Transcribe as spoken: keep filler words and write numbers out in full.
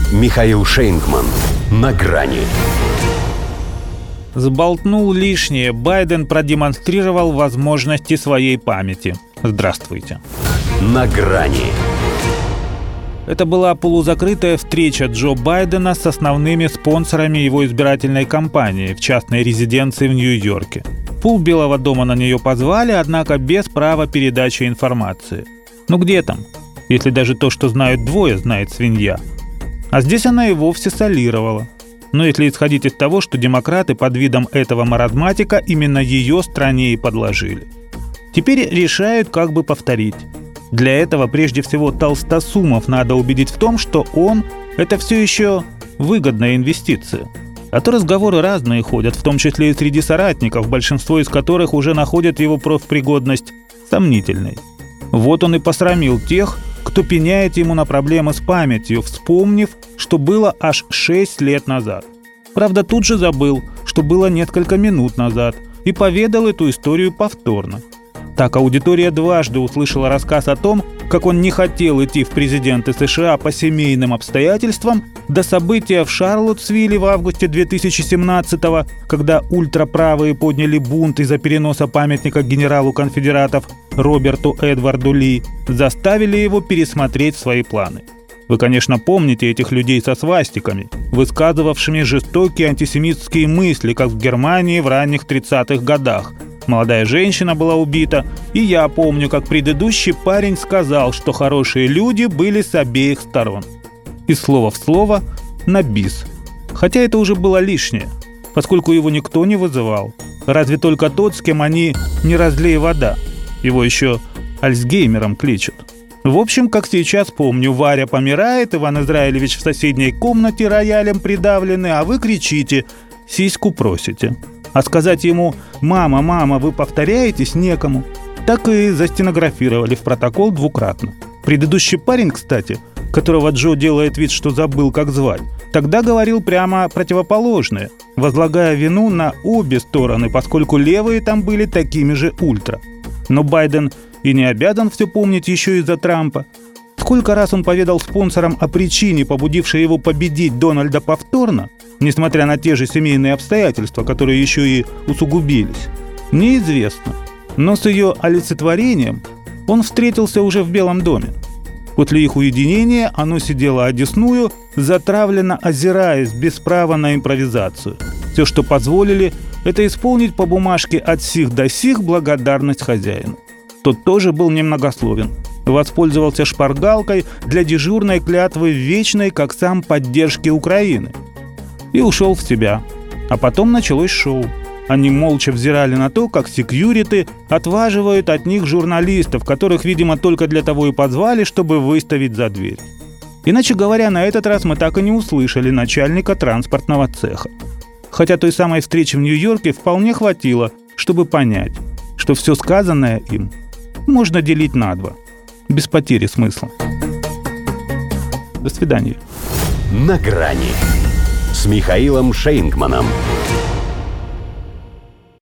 Михаил Шейнгман. На грани. Сболтнул лишнее. Байден продемонстрировал возможности своей памяти. Здравствуйте. На грани. Это была полузакрытая встреча Джо Байдена с основными спонсорами его избирательной кампании в частной резиденции в Нью-Йорке. Пол Белого дома на нее позвали, однако без права передачи информации. Ну где там, если даже то, что знают двое, знает свинья. А здесь она и вовсе солировала. Но если исходить из того, что демократы под видом этого маразматика именно ее стране и подложили. Теперь решают, как бы повторить. Для этого прежде всего толстосумов надо убедить в том, что он – это все еще выгодная инвестиция. А то разговоры разные ходят, в том числе и среди соратников, большинство из которых уже находят его профпригодность сомнительной. Вот он и посрамил тех, кто пеняет ему на проблемы с памятью, вспомнив, что было аж шесть лет назад. Правда, тут же забыл, что было несколько минут назад, и поведал эту историю повторно. Так аудитория дважды услышала рассказ о том, как он не хотел идти в президенты США по семейным обстоятельствам, до события в Шарлоттсвилле в августе две тысячи семнадцатого, когда ультраправые подняли бунт из-за переноса памятника генералу конфедератов Роберту Эдварду Ли, заставили его пересмотреть свои планы. Вы, конечно, помните этих людей со свастиками, высказывавшими жестокие антисемитские мысли, как в Германии в ранних тридцатых годах. Молодая женщина была убита, и я помню, как предыдущий парень сказал, что хорошие люди были с обеих сторон. Из слова в слово на бис. Хотя это уже было лишнее, поскольку его никто не вызывал. Разве только тот, с кем они не разлей вода. Его еще Альцгеймером кличут. В общем, как сейчас помню, Варя помирает, Иван Израилевич в соседней комнате роялем придавленный, а вы кричите, сиську просите. А сказать ему «мама, мама, вы повторяетесь» некому. Так и застенографировали в протокол двукратно. Предыдущий парень, кстати, которого Джо делает вид, что забыл, как звать, тогда говорил прямо противоположное, возлагая вину на обе стороны, поскольку левые там были такими же ультра. Но Байден и не обязан все помнить еще из-за Трампа. Сколько раз он поведал спонсорам о причине, побудившей его победить Дональда повторно, несмотря на те же семейные обстоятельства, которые еще и усугубились, неизвестно. Но с ее олицетворением он встретился уже в Белом доме. После их уединения оно сидело одесную, затравленно озираясь, без права на импровизацию. Все, что позволили, это исполнить по бумажке от сих до сих благодарность хозяину. Тот тоже был немногословен. Воспользовался шпаргалкой для дежурной клятвы вечной, как сам, поддержки Украины. И ушел в себя. А потом началось шоу. Они молча взирали на то, как секьюриты отваживают от них журналистов, которых, видимо, только для того и позвали, чтобы выставить за дверь. Иначе говоря, на этот раз мы так и не услышали начальника транспортного цеха. Хотя той самой встречи в Нью-Йорке вполне хватило, чтобы понять, что все сказанное им можно делить на два, без потери смысла. До свидания. На грани с Михаилом Шейнгманом.